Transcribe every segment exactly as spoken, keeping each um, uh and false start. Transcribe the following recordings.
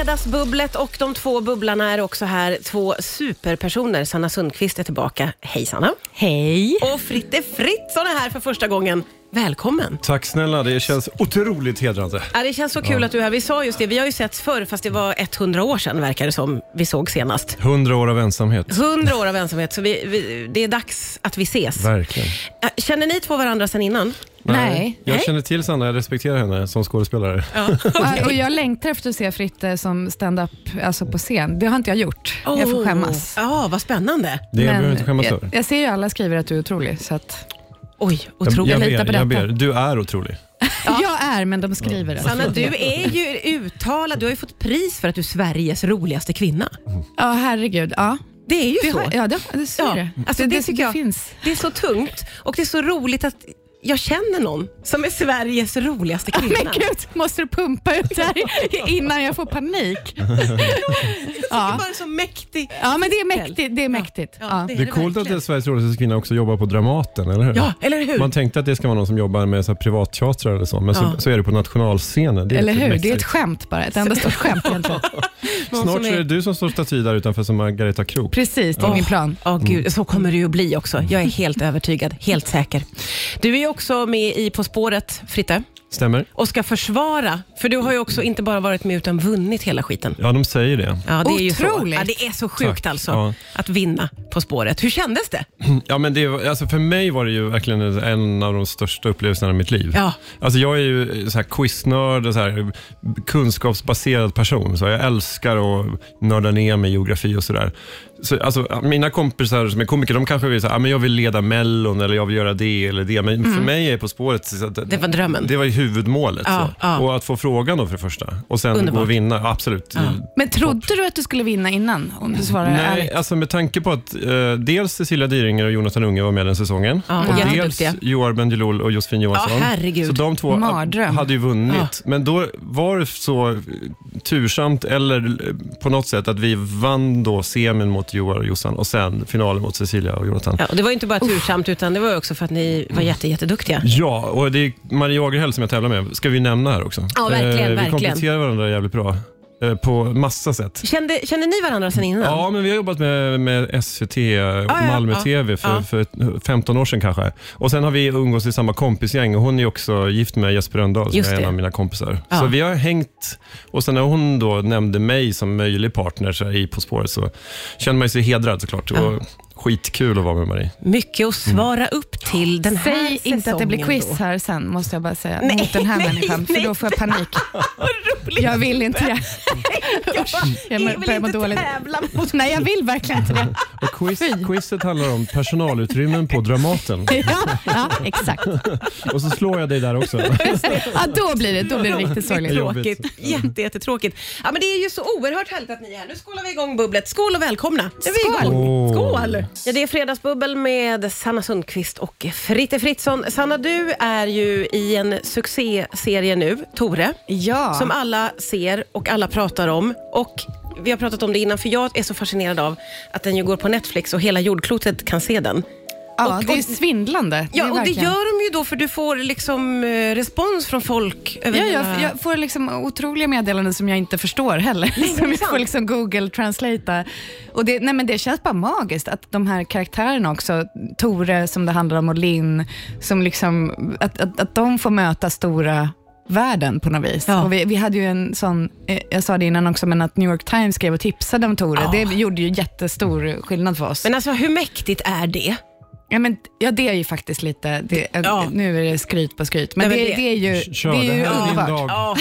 fredagsbubblet och de två bubblarna är också här. Två superpersoner. Sanna Sundqvist är tillbaka. Hej Sanna. Hej. Och Fritte Fritzson är här för första gången. Välkommen. Tack snälla, det känns otroligt hedrande. Ja, det känns så kul ja. att du är här. Vi sa just det, vi har ju sett förr, fast det var hundra år sedan verkar det som vi såg senast. Hundra år av ensamhet. Hundra år av ensamhet, så vi, vi, det är dags att vi ses. Verkligen. Känner ni två varandra sedan innan? Nej. Jag Nej. känner till Sanna, jag respekterar henne som skådespelare. Ja, okay. Och jag längtar efter att se Fritte som stand-up, alltså på scen. Det har inte jag gjort. Oh. Jag får skämmas. Ja, vad spännande. Det behöver jag inte skämmas jag, för. jag ser ju alla skriver att du är otrolig, så att... Oj, otroligt. Jag, jag, lita ber, på jag detta. ber, du är otrolig. Ja. Jag är, men de skriver det. Sanna, du är ju uttalad. Du har ju fått pris för att du är Sveriges roligaste kvinna. Ja, herregud. Ja. Det är ju Det så. har, ja, det, det ser Ja, det. alltså det, det det, tycker det jag- finns. Det är så tungt och det är så roligt att jag känner någon som är Sveriges roligaste kvinna. Men gud, måste du pumpa ut det här innan jag får panik? Jag tycker Ja. bara så mäktig. Ja, men det är mäktigt. Det är mäktigt. Ja, Ja. det Det är coolt att det är verkligen. Sveriges roligaste kvinna också jobbar på Dramaten, eller hur? Ja, eller hur? Man tänkte att det ska vara någon som jobbar med så här privatteatrar eller så, men Ja. så, så är det på nationalscenen. Det är Eller lite hur? mäktigt. Det är ett skämt bara. Ett enda stort skämt egentligen. Någon Snart som så är det du som står staty där utanför som Margareta Krook. Precis, det är min plan. Ja, gud, så kommer det ju att bli också. Jag är helt övertygad, helt säker. Du är ju också med i På spåret, Fritte, Stämmer? och ska försvara. För du har ju också inte bara varit med utan vunnit hela skiten. Ja, de säger det. Ja, det är ju så. Otroligt. Ja, det är så sjukt Tack. alltså Ja. att vinna På spåret. Hur kändes det? Ja, men det, var- alltså för mig var det ju verkligen en av de största upplevelserna i mitt liv. Ja. Alltså jag är ju så här quiznörd och så här kunskapsbaserad person. Så jag älskar att nörda ner mig i geografi och sådär. Så, alltså, mina kompisar som är komiker, de kanske vill säga, ah, men jag vill leda Mellon eller jag vill göra det eller det. Men för mig är På spåret så att, Det var drömmen. det var ju huvudmålet. Ja, så. ja. Och att få frågan då för det första. Och sen Underbart. gå och vinna, absolut. Men trodde du att du skulle vinna innan? Om du svarar Nej, ärligt. alltså med tanke på att eh, dels Cecilia Dyringer och Jonathan Unge var med den säsongen. Ja, och dels jätteduktiga. Joar Bendjelloul och Josefin Johansson. Ja, herregud. Så de två Mardröm. hade ju vunnit. Ja. Men då var det så tursamt eller eh, på något sätt att vi vann då semin mot Joar och Jossan och sen finalen mot Cecilia och Jonathan. Ja, och det var ju inte bara tursamt utan det var ju också för att ni var jätte, jätteduktiga. Ja, och det är Maria Agerhäll som jag tävlar med. Ska vi nämna här också? Ja, verkligen, Eh, vi verkligen. kompletterar varandra jävligt bra. eh, På massa sätt. Kände, kände ni varandra sedan innan? Ja, men vi har jobbat med, med S V T och ja, Malmö ja. T V för, Ja. för femton år sedan kanske. Och sen har vi umgås i samma kompisgäng och hon är också gift med Jesper Rönndahl som Just är en det. av mina kompisar. Ja. Så vi har hängt, och sen när hon då nämnde mig som möjlig partner så här, i På spåret så känner man sig hedrad såklart. Ja. Och skitkul att vara med Marie. Mycket att svara upp till den här Säg inte att det blir säsongen quiz då. här sen, måste jag bara säga. Nej, mot den här nej, människan, för nej. då får jag panik. Jag vill inte det. Jag Jag börjar vill må inte dåligt. tävla mot... Nej, jag vill verkligen inte det. Och quiz, quizet handlar om personalutrymmen på Dramaten. Ja, ja, exakt. Och så slår jag dig där också. Ja, då blir det, då blir det riktigt sorgligt. Tråkigt. Jätte, jättetråkigt. Ja, men det är ju så oerhört härligt att ni är här. Nu skålar vi igång bubblet. Skål och välkomna. Nu är vi Skål. igång. Skål! Ja, det är fredagsbubbel med Sanna Sundqvist och Fritte Fritzson. Sanna, du är ju i en succéserie nu, Tore, Ja. som alla ser och alla pratar om. Och vi har pratat om det innan, för jag är så fascinerad av att den ju går på Netflix och hela jordklotet kan se den. Ja, och- det är och- svindlande. Det Ja, är och det verkligen. gör de ju då för du får liksom eh, respons från folk över Ja, hela... jag, jag får liksom otroliga meddelanden som jag inte förstår heller. Nej, som det är jag får sant. liksom Google translata. Och det, nej, men det känns bara magiskt att de här karaktärerna också, Tore som det handlar om och Linn, som liksom, att, att, att de får möta stora världen på något vis. Ja. Och vi, vi hade ju en sån, eh, jag sa det innan också, men att New York Times skrev och tipsade om Tore. Ja. Det gjorde ju jättestor skillnad för oss. Men alltså, hur mäktigt är det? Ja, men, ja, det är ju faktiskt lite, det, Ja. nu är det skryt på skryt, men, Nej, men det, det- det är ju, Kör, det är det ju här är din underbart. dag. Ja,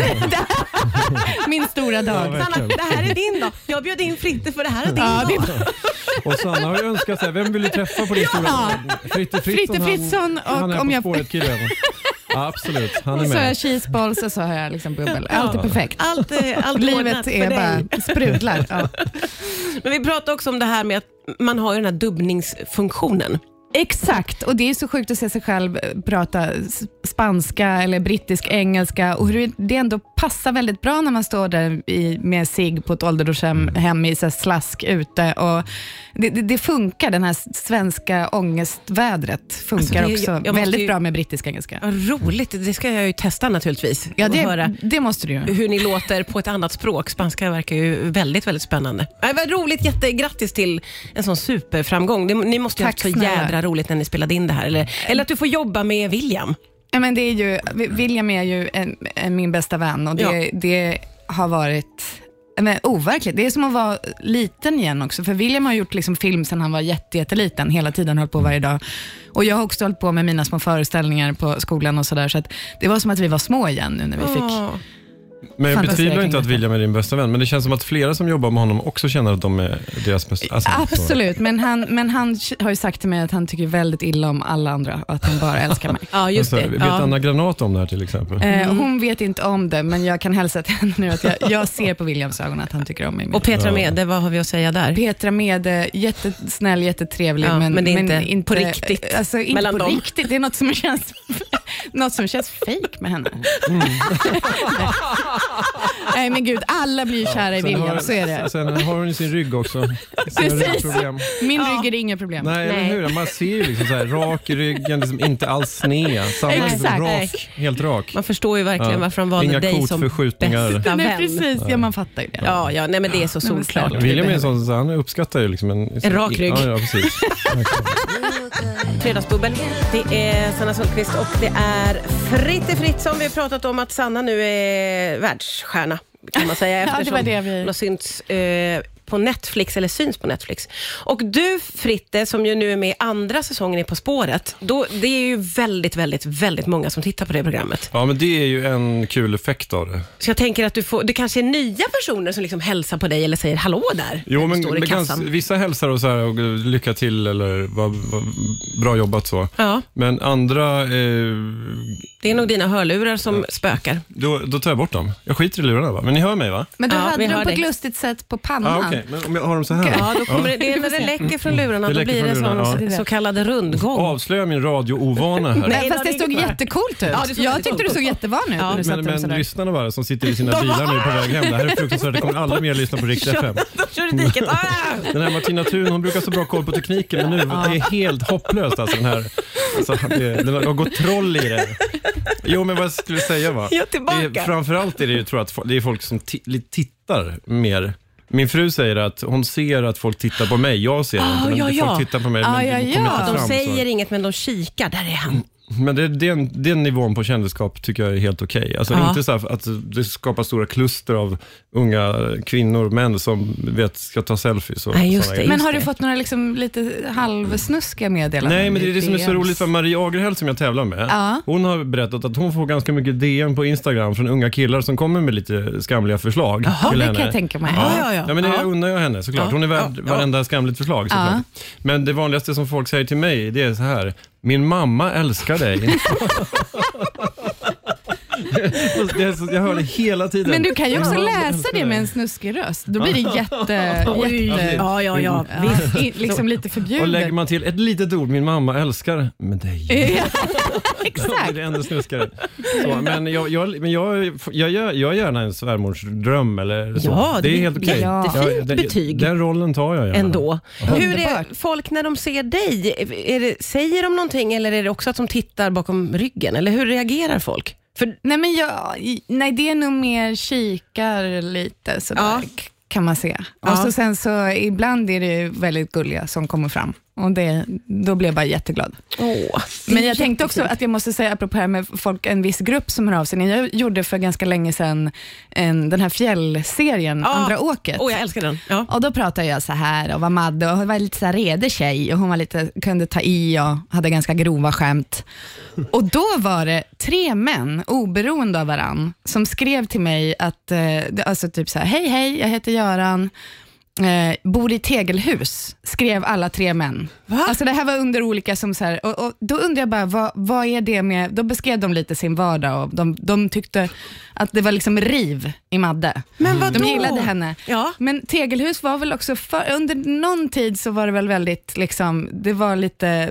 Min stora dag. Ja, verkligen. Sanna, det här är din dag. Jag bjöd in Fritte för det här är din Ja, dag. det Och Sanna har ju önskat sig, vem vill du träffa på din stora Ja. Fritte Fritte han- Fritzson och han är om på jag- spåret killen. Ja, absolut, han är Och så har jag med. cheeseballs och så har jag liksom bubbel. Allt är perfekt. Allt, eh, allt Livet ordnat för är dig. bara sprudlar. Ja. Men vi pratade också om det här med att man har ju den här dubbningsfunktionen. Exakt, och det är så sjukt att se sig själv prata s- spanska eller brittisk engelska och hur det ändå passar väldigt bra när man står där i, med sig på ett ålderdomshem hem i så här slask ute. Och det, det, det funkar, den här svenska ångestvädret funkar alltså det, också väldigt ju, bra med brittisk engelska. Roligt, det ska jag ju testa naturligtvis. Ja, det, höra det måste du ju. Hur ni låter på ett annat språk. Spanska verkar ju väldigt, väldigt spännande. Det var roligt, jättegrattis till en sån superframgång. Det, ni måste ju ha haft så jädra roligt när ni spelade in det här. Eller, eller att du får jobba med William. Ja, men det är ju, William är ju en, en, min bästa vän och det, ja. det har varit men, overkligt. Det är som att vara liten igen också, för William har gjort liksom film sedan han var jätte, jätteliten, hela tiden, höll på varje dag. Och jag har också hållit på med mina små föreställningar på skolan och sådär, så att det var som att vi var små igen nu när vi fick... Oh. Men jag betvivlar inte att William är din bästa vän, men det känns som att flera som jobbar med honom också känner att de är deras bästa. Alltså, absolut, men han, men han har ju sagt till mig att han tycker väldigt illa om alla andra och att han bara älskar mig. Ja, just det. Vet ja. Anna Granat om det här till exempel? Eh, hon vet inte om det, men jag kan hälsa till henne nu att jag, jag ser på Williams ögon att han tycker om mig. Och Petra ja. Mede, vad har vi att säga där? Petra Mede, jättesnäll, jättetrevlig, ja, men, men det är inte, men inte på riktigt. Alltså inte mellan på dem. riktigt, det är något som känns något som känns fake med henne. Mm. Nej men gud, alla blir kära i William, har, så är det. Sen har hon i sin rygg också. Precis, min ja. rygg är det inga problem. Nej, Nej. Hur? Man ser ju liksom så här, rak i ryggen, liksom inte alls sned. Samma liksom, rak, helt rak. Man förstår ju verkligen ja. varför de valde inga dig som bästa vän. Nej, precis, ja man fattar ju det. Ja, ja nej men det är så solklart. Ja, William är en sån, så han uppskattar ju liksom en... En rak rygg. Ja, ja precis. Fredagsbubbel. Det är Sanna Sundqvist och det är Fritte Fritzson. Vi har pratat om att Sanna nu är världsstjärna, kan man säga, eftersom ja, det var det vi... hon har synts eh, på Netflix, eller syns på Netflix. Och du, Fritte, som ju nu är med i andra säsongen i På spåret, då, det är ju väldigt, väldigt, väldigt många som tittar på det programmet. Ja, men det är ju en kul effekt av det. Så jag tänker att du får, det kanske är nya personer som liksom hälsar på dig eller säger hallå där. Jo, men, men ganska, vissa hälsar och så här, och lycka till eller vad, vad, bra jobbat så. Ja. Men andra... Eh, det är nog dina hörlurar som ja. spökar. Då, då tar jag bort dem. Jag skiter i lurarna, va? Men ni hör mig, va? Men du ja, hade dem på ett dig. lustigt sätt på pannan. Ah, okay. Men om jag har dem så här? Ja, då kommer det, det är när det läcker från lurarna, då blir det sån ja. så kallad rundgång. Avslöja min radio-ovana här. Nej, fast det såg jättekult ut. Ja, jag tyckte du såg jättevan ut. Ja. Men, men lyssnarna bara som sitter i sina bilar nu på väg hem. Det här är fruktansvärt. Det kommer aldrig mer lyssna på Riks F M. Den här Martina Thun, hon brukar så bra koll på tekniken, men nu ja. det är helt hopplöst alltså den här. Alltså, det, det har gått troll i det. Jo, men vad skulle jag säga, va? Jag tillbaka. Det är, framförallt är det ju, tror jag, att det är folk som t- tittar mer. Min fru säger att hon ser att folk tittar på mig. Jag ser oh, inte, ja, men ja. folk tittar på mig. Ah, men ja, det ja. inte De fram, säger så. inget, men de kikar. Där är han. Men det, den, den nivån på kändisskap tycker jag är helt okej. Okay. Alltså ja. inte så här att det skapar stora kluster av unga kvinnor och män som vet ska ta selfies. Och Nej, just det, just men har det. du fått några liksom lite halvsnuskiga meddelanden? Nej, men det är det som är så roligt för Marie Agerhäll som jag tävlar med. Ja. Hon har berättat att hon får ganska mycket D M på Instagram från unga killar som kommer med lite skamliga förslag. Jaha, till det henne. kan jag tänka mig. Ja, ja, ja. ja men det ja. undrar jag henne såklart. Ja. Hon är värd ja. varenda skamligt förslag såklart. Ja. Men det vanligaste som folk säger till mig, det är så här: min mamma älskar dig. Jag hör det hela tiden. Men du kan ju också läsa det med en snuskig röst. Då blir det jätte... jätte ja, ja, ja. Visst, i, liksom lite förbjudet. Och lägger man till ett litet ord, min mamma älskar med dig. Exakt. Det är det ännu snuskare. Så, men jag, jag, men jag, jag, jag, jag är gärna en svärmors dröm eller så. Ja, det är helt okej. Jättefint ja, det, betyg. Den rollen tar jag gärna. Ändå. Aha. Hur är folk när de ser dig? Är det, säger de någonting eller är det också att de tittar bakom ryggen? Eller hur reagerar folk? För, nej, men jag, nej, det är nog mer kikar lite sådär, ja. kan man se. Ja. Och så sen så ibland är det väldigt gulliga som kommer fram. Och det, då blir jag bara jätteglad. Åh, men jag tänkte också att jag måste säga, apropå här med folk, en viss grupp som hör av sig. Jag gjorde för ganska länge sedan en, den här fjällserien, ja. Andra åket. Åh, jag älskar den. Ja. Och då pratade jag så här och var Madde och hon var lite så här redig tjej och hon var lite, kunde ta i och hade ganska grova skämt. Och då var det tre män, oberoende av varann, som skrev till mig att, alltså typ så här: hej hej, jag heter Göran. Eh, bor i tegelhus, skrev alla tre män. Va? Alltså det här var under olika som så här, och, och då undrar jag bara, vad, vad är det med, då beskrev de lite sin vardag och de, de tyckte att det var liksom riv i Madde. Men vadå? De gillade henne. Ja. Men Tegelhus var väl också, för, under någon tid så var det väl väldigt, liksom, det var lite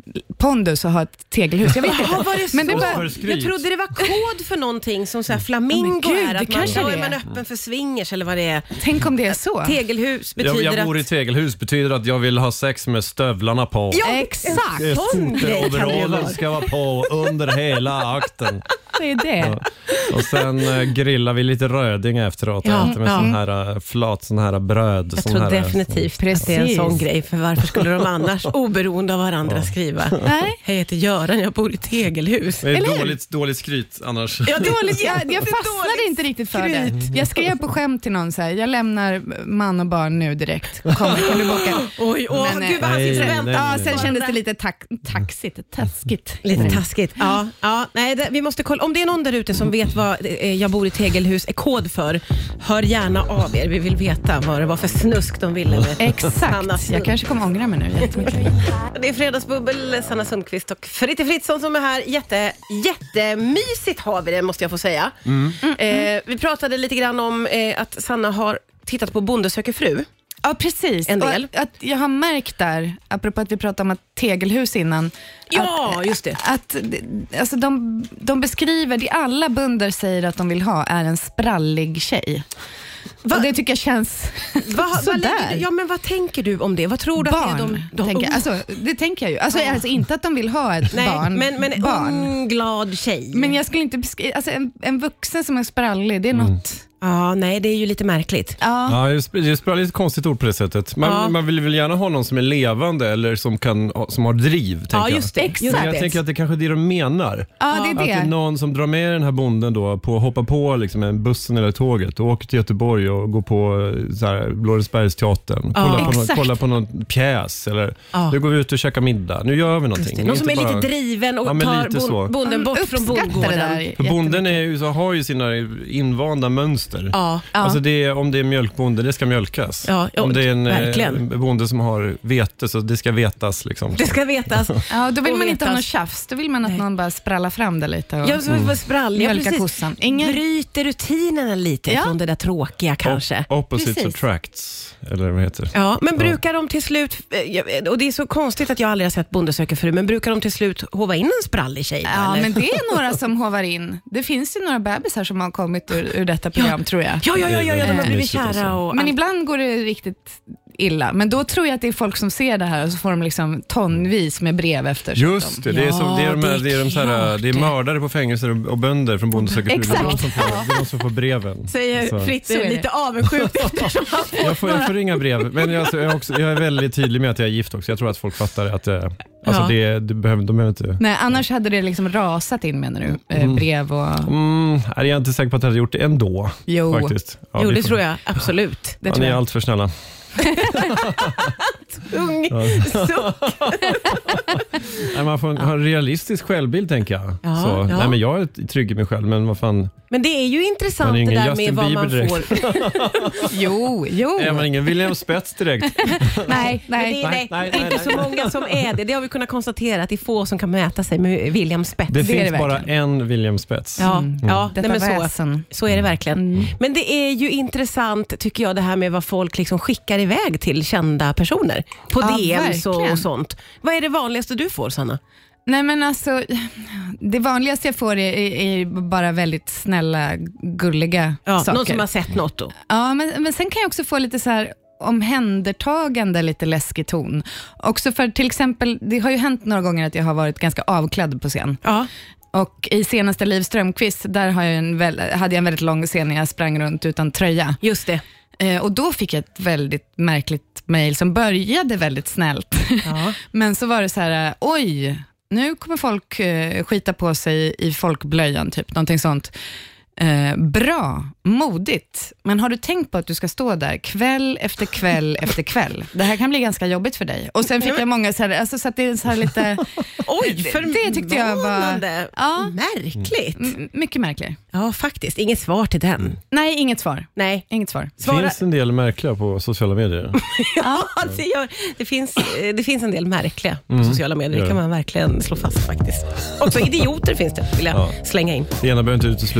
pondus att ha ett tegelhus. Jag vet inte. Jaha, var det så? Men det var, jag trodde det var kod för någonting som så här flamingo Ja, men gud, är. Att det man, kanske då det är man är. öppen för swingers eller vad det är. tänk om det är så. Tegelhus Jag, betyder jag bor i att... tegelhus betyder att jag vill ha sex med stövlarna på. Ja, Exakt. en sån grej kan det ju Overallen vara. ska vara på under hela akten. Det är det. Ja. Och sen äh, grillar vi lite röding efteråt. Ja, Äter med ja. sån här äh, flat, sån här bröd. Jag sån tror här, definitivt att det är en sån grej. För varför skulle de annars oberoende av varandra skriva? Nej. Hej, jag heter Göran, jag bor i tegelhus. Det är Eller hur? dåligt, dåligt skryt annars. Ja, det var Jag, jag fastnade inte riktigt för det. Jag skrev på skämt till någon så här, jag lämnar man och barn nu direkt. Kom, kan du boka? Oj, åh, Men, gud vad han nej, sitter och nej, väntar. nej, Ja, nej. sen kändes det lite tack, taxigt, taskigt. Lite taskigt. Ja, ja, nej, det, vi måste kolla. Om det är någon där ute som vet vad eh, jag bor i tegelhus är kod för, hör gärna av er. Vi vill veta vad det var för snusk de ville med Sanna Exakt, jag Sund. kanske kommer ångra mig nu jättemycket. Det är Fredagsbubbel, Sanna Sundqvist och Fritte Fritzson som är här. Jätte, jättemysigt har vi det, måste jag få säga. Mm. Eh, vi pratade lite grann om eh, att Sanna har tittat på Bonde söker fru. Ja, precis. En del. Och att jag har märkt där, apropå att vi pratade om att tegelhus innan. Ja, att, just det. Att, alltså de, de beskriver, det alla bönder säger att de vill ha är en sprallig tjej. Va? Och det tycker jag känns Va, vad sådär. lägger du- ja, men vad tänker du om det? Vad tror du att Barn, det är de... de tänker jag. Alltså, det tänker jag ju. Alltså, alltså inte att de vill ha ett Nej, barn. men, men en barn. ung, glad tjej. Men jag skulle inte beskriva, alltså en, en vuxen som är sprallig, det är något. Ja, nej, det är ju lite märkligt. Ja. Ja, det är- det är ett lite konstigt ord på det sättet. Man, Ja. man vill väl gärna ha någon som är levande eller som, kan, som har driv. Tänker Ja, jag. just det. Exakt. Just Men jag det. tänker att det kanske är det de menar. Ja, det är Att det det. är någon som drar med den här bonden då på hoppa på liksom en bussen eller tåget och åker till Göteborg och går på så här, Blåresbergsteatern. Ja, Kolla, på någon, exakt. kolla på någon pjäs eller Ja. nu går vi ut och käkar middag. Nu gör vi någonting. Någon som är Inte bara- lite driven och Ja, men tar lite så. bon, bonden bort från Uppskattar det bondgården. där För bonden jättemycket. är ju, så har ju sina invanda mönster. Ja, Alltså det är, om det är mjölkbonde, det ska mjölkas. Ja, ja, om det är en verkligen. eh, bonde som har vete, så det ska vetas. Liksom. det ska vetas. Ja, då vill Och man inte ha vetas. någon tjafs. Då vill man att Nej. någon bara sprallar fram det lite. Och, Ja, så mm. spralliga, Mjölka precis. kossan. Ingen- Bryter rutinerna lite Ja. från det där tråkiga kanske. O- opposites Precis. attracts, eller vad heter det? Ja, men brukar de till slut, och det är så konstigt att jag aldrig har sett Bonde söker fru, men brukar de till slut hova in en sprallig tjej? Ja, eller? men det är några som hovar in. Det finns ju några bebisar som har kommit ur, ur detta program, tror jag. Ja, ja, ja, ja, ja, de har Eh, blivit mysigt alltså. kära och Men allt. ibland går det riktigt illa. Men då tror jag att det är folk som ser det här och så får de liksom tonvis med brev efter. så att Just de- det, det är, Ja, så, det är, de, här- det är det är, de så här, klart det är det. mördare på fängelser och, och bönder från Bonde söker fru. Det är de Exakt. som får, det är de som får breven. Säger Så. Fritte Så är det. lite avundsjukt eftersom han får Jag får, jag får inga brev, men jag, alltså, jag, är också, jag är väldigt tydlig med att jag är gift också. Jag tror att folk fattar att det, alltså Ja. det, det behöver, de behöver inte... Nej, annars hade det liksom rasat in, menar du? Eh, brev och... Mm, jag är inte säker på att jag hade gjort det ändå. Jo, Faktiskt. Ja, Jo, vi det får- tror jag absolut. det Ja, tror ni är jag. allt för snälla. Ung, så. Nej, man får ha en realistisk självbild, tänker jag. Ja, så, ja. Nej, men jag är trygg i mig själv, men vad fan, Men det är ju intressant Man är det ingen där med Justin vad man Bieber får. Jo, jo. är man ingen William Spets direkt? Nej, Men nej. det är, nej, nej, det är nej, inte nej. så många som är det. Det har vi kunnat konstatera att det är få som kan mäta sig med William Spets. Det, Det är finns det bara verkligen. en William Spets. Ja, Mm. ja nej, Detta men så, väsen. så är det verkligen. Mm. Men det är ju intressant, tycker jag, det här med vad folk liksom skickar iväg till kända personer på Ja, D Ms och, verkligen. och sånt. Vad är det vanligaste du får, Sanna? Nej, men alltså, det vanligaste jag får är, är, är bara väldigt snälla, gulliga Ja, saker. någon som har sett något då? Ja, men, men sen kan jag också få lite så här omhändertagande, lite läskig ton. Också för till exempel, det har ju hänt några gånger att jag har varit ganska avklädd på scen. Ja. Och i senaste Liv Strömquist, där har jag en väl, hade jag en väldigt lång scen när jag sprang runt utan tröja. Just det. Eh, och då fick jag ett väldigt märkligt mejl som började väldigt snällt. Ja. Men så var det så här, eh, oj, nu kommer folk eh, skita på sig i folkblöjan, typ, någonting sånt. Eh, bra, modigt. Men har du tänkt på att du ska stå där kväll efter kväll efter kväll? Det här kan bli ganska jobbigt för dig. Och sen fick jag många så här, alltså, så att det är så här lite... Oj, Det- för det tyckte jag var- förvånande. Ja. Märkligt. m- mycket märkligt. Ja, faktiskt. Inget svar till den. Nej, inget svar. Nej. Inget svar. Det Svara. finns en del märkliga på sociala medier. Ja, det, gör, det, finns, eh, det finns en del märkliga på Mm. sociala medier. Det kan man verkligen slå fast faktiskt. Också idioter finns det, vill jag Ja. slänga in. Det ena behöver inte utesluta det Nej, andra.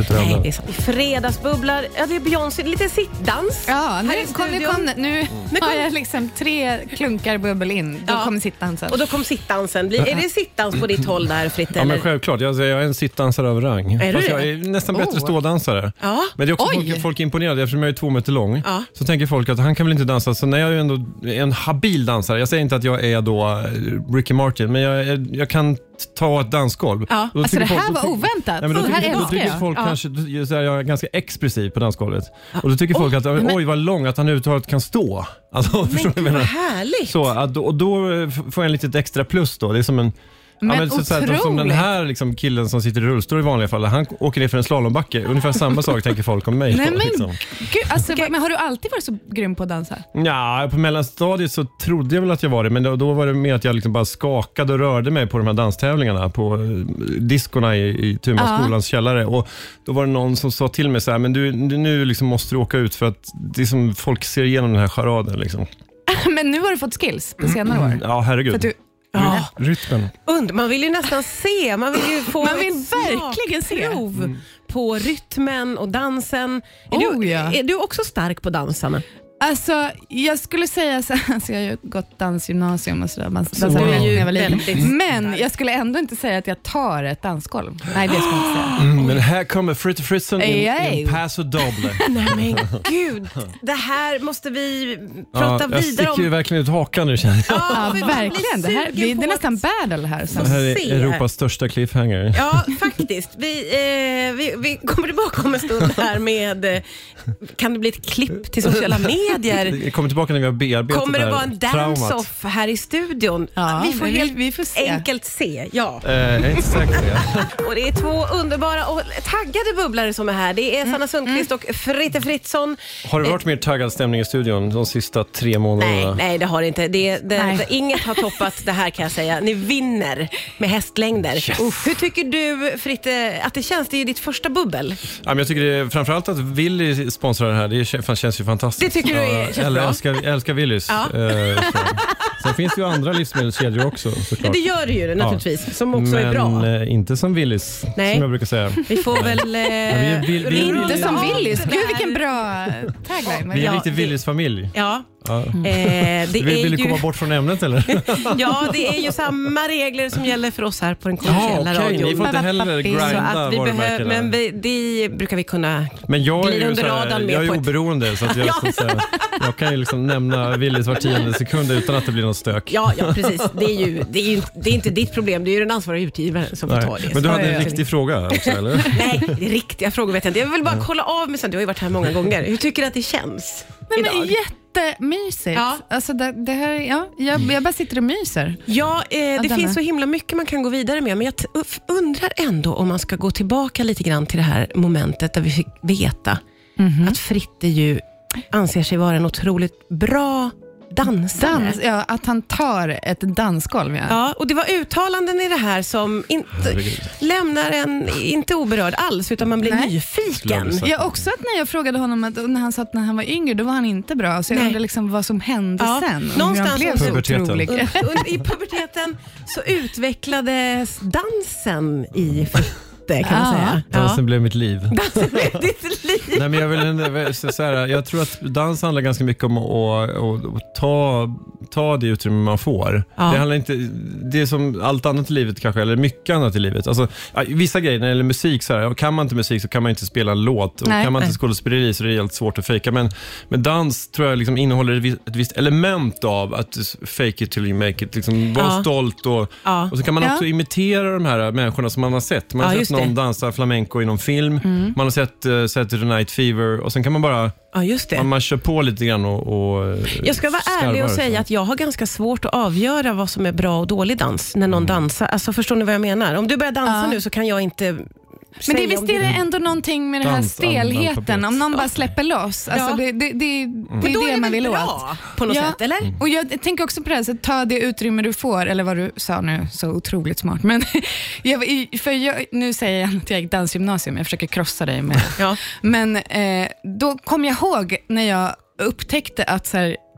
Det är så. Fredagsbubblar, ja det är Beyoncé, lite sittdans. Ja, nu, här i kom, nu, kom, nu mm. har jag liksom tre klunkar bubbel in. Då ja. kommer sittdansen. Och då kommer sittdansen. Blir, är det sittdans på ditt håll där, Fritte? Ja, men självklart. Jag, jag är en sittdansare av rang. Är Fast du jag är nästan bättre oh. stådansare. Ja. Men det är också folk, folk är imponerade eftersom jag är två meter lång. Ja. Så tänker folk att han kan väl inte dansa. Så när jag är ändå en habil dansare. Jag säger inte att jag är då Ricky Martin, men jag, är, jag kan ta ett dansgolv. Ja. Alltså det här folk, var oväntat. Nej, men då, det tycker, här då tycker jag. folk ja. kanske så jag är ganska expressiv på dansgolvet. Ja. Och då tycker folk att men, oj vad lång att han överhuvudtaget kan stå. Alltså, men gud, vad härligt. Så, att, och då får jag en litet extra plus då. Det är som en Men, ja, men så, så här, som den här liksom, killen som sitter i rullstol i vanliga fall, han åker ner för en slalombacke. Ungefär samma sak tänker folk om mig. Nej, men, liksom. gud, alltså, men har du alltid varit så grym på att dansa? Ja, på mellanstadiet så trodde jag väl att jag var det. Men då, då var det mer att jag liksom bara skakade och rörde mig på de här danstävlingarna. På diskorna i, i Tumaskolans ja. källare. Och då var det någon som sa till mig så här, men du, nu liksom måste du åka ut för att det är som folk ser igenom den här charaden. Liksom. Men nu har du fått skills på senare år. Ja, herregud. För att du Ja. Rytmen. Und, man vill ju nästan se, man vill ju få man vill verkligen se prov mm. på rytmen och dansen. Är, oh, du, ja. är du också stark på dansarna? Alltså, jag skulle säga så alltså, jag har ju gått dansgymnasium och sådär. Man så du är ju väldigt men jag skulle ändå inte säga att jag tar ett dansgolv. Nej, det ska jag inte säga. Mm, men här kommer Fritte Fritzson in, in Paso Doble. Nej men gud, det här måste vi prata ja, jag vidare om. Jag sticker ju verkligen ut hakan nu, känner jag. Ja, ja verkligen. Det, här, det, det är nästan battle här. Så. Det här är Europas största cliffhanger. Ja, faktiskt. Vi, eh, vi, vi kommer tillbaka om en stund här med, eh, kan det bli ett klipp till sociala medier? Det kommer tillbaka när vi har bearbetat. Kommer det det vara en dance-off här i studion? Ja, vi får vi, helt vi får se. enkelt se, ja. Eh, jag är inte säker på det. Och det är två underbara och taggade bubblare som är här. Det är Sanna Sundqvist mm. och Fritte Fritzson. Har det varit mer taggad stämning i studion de sista tre månaderna? Nej, nej det har det inte. Det, det, nej. det, inget har toppat det här, kan jag säga. Ni vinner med hästlängder. Yes. Hur tycker du, Fritte, att det känns? Det är ju ditt första bubbel. Ja, men jag tycker det är, framförallt att Willy sponsrar det här. Det känns ju fantastiskt. Det tycker du är, känns jag bra? älskar, jag älskar Willys. Ja. Eh, Sen finns det ju andra livsmedelskedjor också, såklart. Det gör det ju naturligtvis, ja. Som också men, är bra. Men eh, inte som Willys, nej. som jag brukar säga. Vi får väl... Eh, ja, vi är, vi, vi, inte som Willys. Gud, Gud, vilken bra tagline. Vi är ja, lite Willys familj. Ja. Ja. Mm. Eh, det vill är vill du ju... komma bort från ämnet, eller? Ja, det är ju samma regler som gäller för oss här på den kommersiella ja, okay. radion. Ni får inte heller grinda varumärkena. Men vi, det brukar vi kunna men jag glida är under här, radarn med. Jag är på oberoende, ett... så att jag, ja. så att säga, jag kan ju liksom nämna Willys var tionde sekund utan att det blir någon stök. Ja, ja precis. Det är ju, det är ju det är inte ditt problem, det är ju den ansvariga utgivaren som får ta det. Men du hade ja, en ja. riktig fråga också, eller? Nej, det är riktiga frågor vet jag inte. Jag vill bara kolla av mig sen, du har ju varit här många gånger. Hur tycker du att det känns Nej, idag? Men jättemysigt. Ja. Alltså det, det här, ja, jag, jag bara sitter och myser. Ja, eh, det denna. finns så himla mycket man kan gå vidare med. Men jag t- undrar ändå om man ska gå tillbaka lite grann till det här momentet där vi fick veta mm-hmm. att Fritte ju anser sig vara en otroligt bra dansare. Dans, ja, att han tar ett dansgolv. Ja. Ja, och det var uttalanden i det här som inte Herregud. lämnar en inte oberörd alls, utan man blir Nej. nyfiken. Ja, också att när jag frågade honom att när han sa att när han var yngre, då var han inte bra. Så jag undrar liksom vad som hände ja. sen. Någonstans blev så otrolig. I puberteten så utvecklades dansen i kan man ah. säga. Dansen ja. blev mitt liv. Dansen blev ditt liv. Nej, men jag, vill, så, så här, jag tror att dans handlar ganska mycket om att, att, att ta, ta det utrymme man får. Ja. Det handlar inte, det är som allt annat i livet kanske, eller mycket annat i livet. Alltså, vissa grejer när det gäller musik, så här, kan man inte musik så kan man inte spela en låt. Och Nej. kan man inte Nej. skådespeleri så är det helt svårt att fejka. Men, men dans tror jag liksom innehåller ett visst element av att fake it till you make it. Liksom, vara ja. stolt och, ja. och så kan man också ja. imitera de här människorna som man har sett. Man har ja, sett någon dansa flamenco i någon film. Mm. Man har sett uh, Saturday Night Fever och sen kan man bara ja, just det. Man, man kör på lite grann och, och jag ska vara ärlig och säga att jag har ganska svårt att avgöra vad som är bra och dålig dans när någon mm. dansar. Alltså förstår ni vad jag menar? Om du börjar dansa ja. nu så kan jag inte. Men det visst är det ändå någonting med den här stelheten. Om någon bara släpper loss. Alltså ja. det, det, det, mm. det är det man vill åt. På något ja. sätt, eller? Mm. Och jag tänker också på det här, så ta det utrymme du får. Eller vad du sa nu, så otroligt smart. Men jag, för jag, nu säger jag att jag gick dansgymnasium. Jag försöker krossa dig med. ja. Men eh, då kom jag ihåg när jag upptäckte att så här,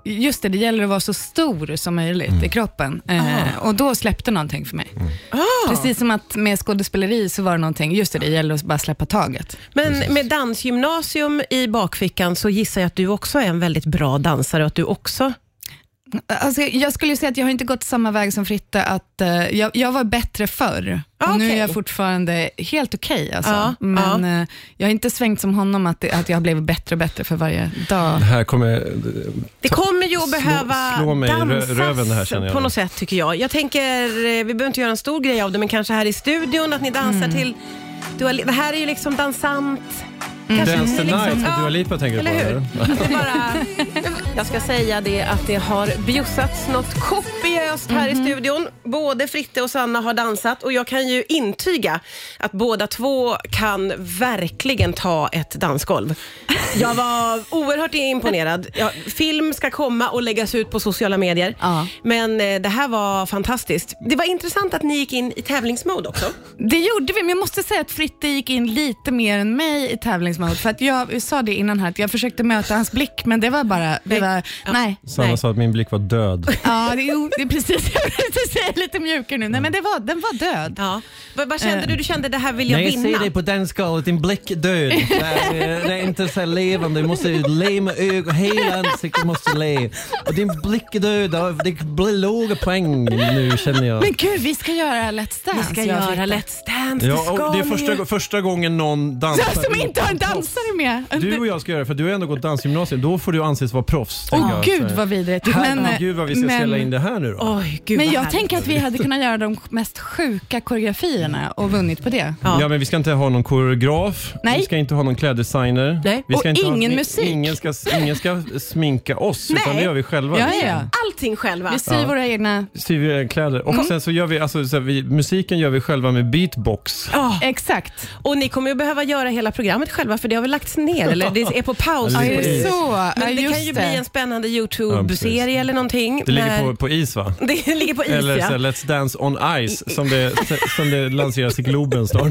just det, det gäller att vara så stor som möjligt mm. i kroppen. Eh, och då släppte någonting för mig. Mm. Ah. Precis som att med skådespeleri så var det någonting, just det, det gäller att bara släppa taget. Men Precis. Med dansgymnasium i bakfickan så gissar jag att du också är en väldigt bra dansare och att du också... Alltså, jag skulle säga att jag har inte gått samma väg som Fritte, att uh, jag, jag var bättre förr. Och okay. Nu är jag fortfarande helt okej. Okay, alltså. ja, men ja. Uh, jag har inte svängt som honom att, att jag har blivit bättre och bättre för varje dag. Det här kommer... Det kommer ju att behöva slå, slå mig dansas röven det här, känner jag. På något sätt, tycker jag. Jag tänker, vi behöver inte göra en stor grej av det, men kanske här i studion att ni dansar mm. till... Du har, det här är ju liksom dansant... Mm. Dance the Night med Dua Lipa, tänker du på? Eller hur? Det bara, jag ska säga det att det har bjussats något kopiöst här mm-hmm. i studion. Både Fritte och Sanna har dansat och jag kan ju intyga att båda två kan verkligen ta ett dansgolv. Jag var oerhört imponerad. Ja, film ska komma och läggas ut på sociala medier. Ja. Men eh, det här var fantastiskt. Det var intressant att ni gick in i tävlingsmode också. Det gjorde vi, men jag måste säga att Fritte gick in lite mer än mig i tävlingsmode. För att jag sa det innan här, att jag försökte möta hans blick, men det var bara, det var, ja. nej. Sanna nej. sa att min blick var död. Ja, det, jo, det är precis, jag vill säga lite mjukare nu. Nej, men det var, den var död. Ja. Vad, vad kände uh. du? Du kände det här vill jag nej, vinna? Nej, jag ser dig på den skalan, din blick är död. Det är, det är inte så levande, du måste le med ögon, hela ansiktet måste le. Och din blick är död, det blir låga poäng nu, känner jag. Men gud, vi ska göra Let's Dance. Vi ska göra Let's Dance. Ja, och det är första, första gången någon dansar. Som inte har en dansare med. Du och jag ska göra det, för du har ändå gått dansgymnasium. Då får du anses vara proffs. Åh oh, gud vad vidrigt. Men, gud vad vi ska men, ställa in det här nu då. Oj, gud, men jag tänker att vi hade kunnat göra de mest sjuka koreografierna och vunnit på det. Ja, ja men vi ska inte ha någon koreograf. Nej. Vi ska inte ha någon kläddesigner. Nej. Vi ska och inte ingen ha, musik. Ingen ska, ingen ska sminka oss, Nej. utan det gör vi själva. Ja, ja. Allting själva. Vi syr ja. våra egna... Syr vi egna kläder. Och mm. sen så gör vi, alltså, så här, vi, musiken gör vi själva med beatbox. Oh. Exakt. Och ni kommer ju behöva göra hela programmet själva, för det har väl lagts ner, eller det är på paus. Ja, det är så. Men det ja, kan ju det. bli en spännande YouTube-serie ja, eller någonting. Det ligger på, på is, va? Det ligger på is, eller ja. så Let's Dance on Ice, som det, som det lanseras i Globen snart.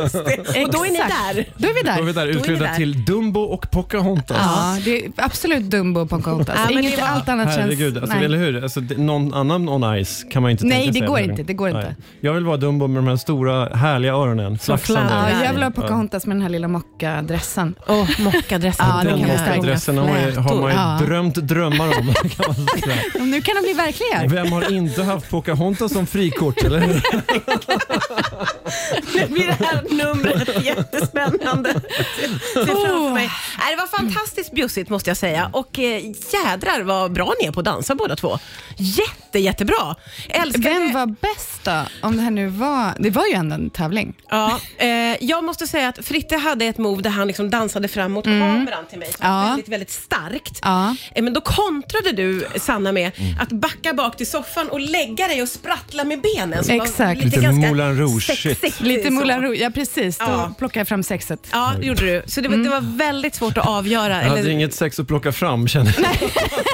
Och då är ni där. Då är vi där. Då är vi där, utklädda till Dumbo och Pocahontas. Ja, det är absolut Dumbo och Pocahontas. Ja, men Inget, var... Allt annat Herregud, känns... alltså, eller hur? Alltså, någon annan on ice kan man inte Nej, tänka sig. Nej, det går inte. Det går inte. Jag vill vara Dumbo med de här stora, härliga öronen. Ja, jag vill ha Pocahontas med den här lilla mockadressen. Åh, oh, mockadressen. Ja, det kan vara mockadressen har, har man ju ja. drömt drömmar om. Kan man nu kan de bli verkliga. Vem har inte haft Pocahontas som frikort, eller hur? Nu blir det här numret jättespännande. Se framför mig. Det var fantastiskt bjussigt, måste jag säga. Och eh, jädrar vad bra ni är på att dansa båda två. Jätte, jättebra. Älskar Vem det. var bäst då? Om det här nu var... Det var ju ändå en tävling. Ja, eh, jag måste säga att Fritte hade ett move där han liksom dansade fram mot mm. kameran till mig. Ja. Väldigt, väldigt starkt. Ja. Eh, men då kontrade du, Sanna, med mm. att backa bak till soffan och lägga dig och sprattla med benen. Exakt. Lite, lite Moulin Rouge. Lite Moulin Rouge, ja precis. Då ja. plockade jag fram sexet. Ja, det gjorde du. Så det var, mm. det var väldigt svårt att avgöra. Jag hade eller... inget sex att plocka fram, känner jag. Nej.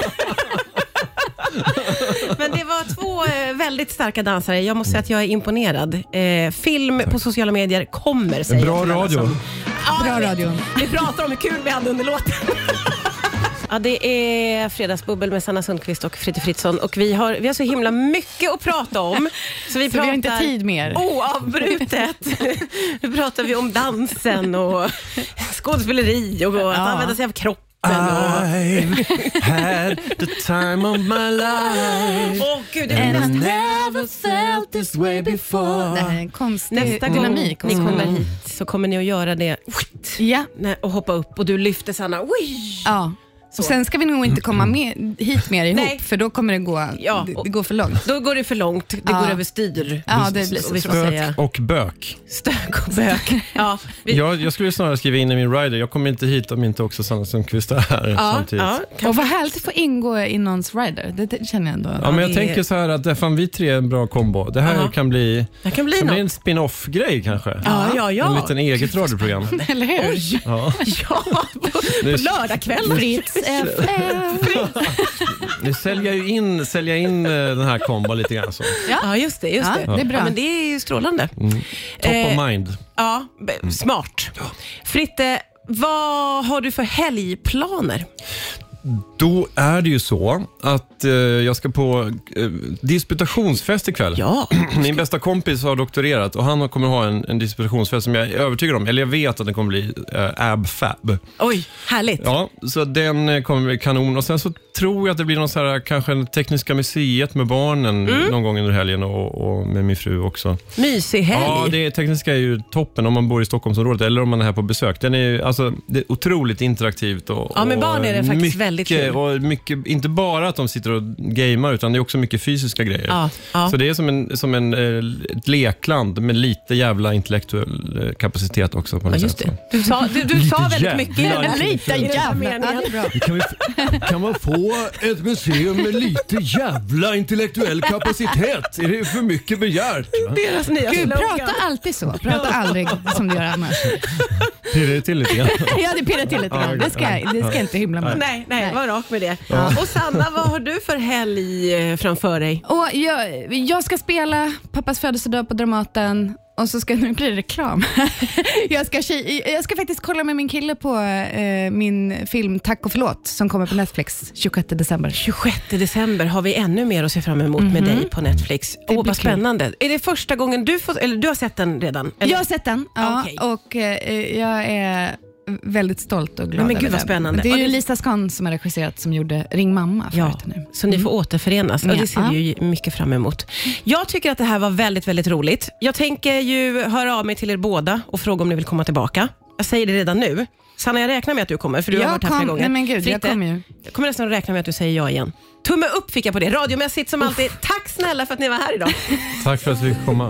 Men det var två eh, väldigt starka dansare. Jag måste säga att jag är imponerad. Eh, film Tack. På sociala medier kommer, säger Bra radio. Som... Ja, Bra radio. Vi, vi pratar om hur kul vi hade under låten. Ja, det är Fredagsbubbel med Sanna Sundqvist och Fritte Fritzson. Och vi har, vi har så himla mycket att prata om. Så vi, så pratar vi har inte tid mer. Oavbrutet. Nu pratar vi om dansen och skådespeleri och att ja. använda sig av kroppen. I've had the time of my life. Åh, Gud, det And är I never felt this way before. Det här är en konstig nästa dynamik. gång ni kommer hit så kommer ni att göra det ja. och hoppa upp och du lyfter Sanna. Ja. Och sen ska vi nog inte komma med, hit mer ihop. Nej. För då kommer det gå, ja, det, det går för långt. Då går det för långt. Det ja. går över styr. Ja, det blir så. Stök och bök. Stök och bök. Ja, vi... jag, jag skulle snarare skriva in i min rider. Jag kommer inte hit om inte också Sanna Sundqvist är här ja, samtidigt. Ja, och vad härligt att få ingå i någons rider. Det, det känner jag ändå. Ja, men jag det... tänker så här att fan, vi tre är en bra kombo. Det här uh-huh. kan bli, det kan bli, kan bli en spin-off-grej kanske. Ja, ja, ja. En liten eget radioprogram. Eller hur? Oj. Ja, ja på, på lördagkväll. Fritz F M. Nu säljer jag ju in, säljer in den här kombo lite grann så. Ja, ja just det, just ja, det. det är bra. Ja, men det är ju strålande. Mm. Top eh, of mind. Ja, smart. Ja. Fritte, vad har du för helgplaner? Då är det ju så att eh, jag ska på eh, disputationsfest ikväll. Ja. Min bästa kompis har doktorerat och han kommer ha en, en disputationsfest som jag är övertygad om, eller jag vet att den kommer bli eh, ab-fab. Oj, härligt. Ja, så den eh, kommer bli kanon. Och sen så tror jag att det blir någon så här, kanske en Tekniska museet med barnen mm. någon gång under helgen och, och med min fru också. Mysig helg. Ja, det Tekniska är ju toppen om man bor i Stockholmsområdet eller om man är här på besök. Den är ju, alltså, det är otroligt interaktivt. Och, ja, med barn är det faktiskt mycket, väldigt kul. Och mycket, inte bara att de sitter och gamer utan det är också mycket fysiska grejer. Ja, ja. Så det är som, en, som en, ett lekland med lite jävla intellektuell kapacitet också på något ja, just sätt. Det. Du sa, du, du sa väldigt mycket. Lite jävla. Ja, det är bra. Kan, vi, kan man få ett museum med lite jävla intellektuell kapacitet? Är det för mycket begärt? Deras nya Gud, slogan. prata alltid så. Prata aldrig som du gör annars. Pirrar det till lite grann? Ja, det pirrar till lite grann. Det ska, det ska jag inte hymla med. Nej, nej, var rak med det. Ja. Och Sanna, vad har du för helg framför dig? Och jag, jag ska spela pappas födelsedag på Dramaten. Och så ska nu bli reklam. jag, ska, jag ska faktiskt kolla med min kille på eh, min film Tack och förlåt som kommer på Netflix tjugosjätte december. tjugosjätte december har vi ännu mer att se fram emot mm-hmm. med dig på Netflix. Åh, oh, vad spännande. Kul. Är det första gången du får, eller du har sett den redan? Eller? Jag har sett den, ja. Okay. Och eh, jag är väldigt stolt och glad. Men gud vad spännande. Det är ju Lisa Skan som har regisserat som gjorde Ring mamma ja, nu. Så ni får mm. återförenas. Och det ser vi ju mycket fram emot. Jag tycker att det här var väldigt, väldigt roligt. Jag tänker ju höra av mig till er båda och fråga om ni vill komma tillbaka. Jag säger det redan nu. Sanna, jag räknar med att du kommer, för du jag har varit här flera gånger. Nej men gud, Fritte, jag kommer ju. Jag kommer nästan att räkna med att du säger ja igen. Tumme upp fick jag på det. Radiomässigt som alltid. Tack snälla för att ni var här idag. Tack för att vi fick komma.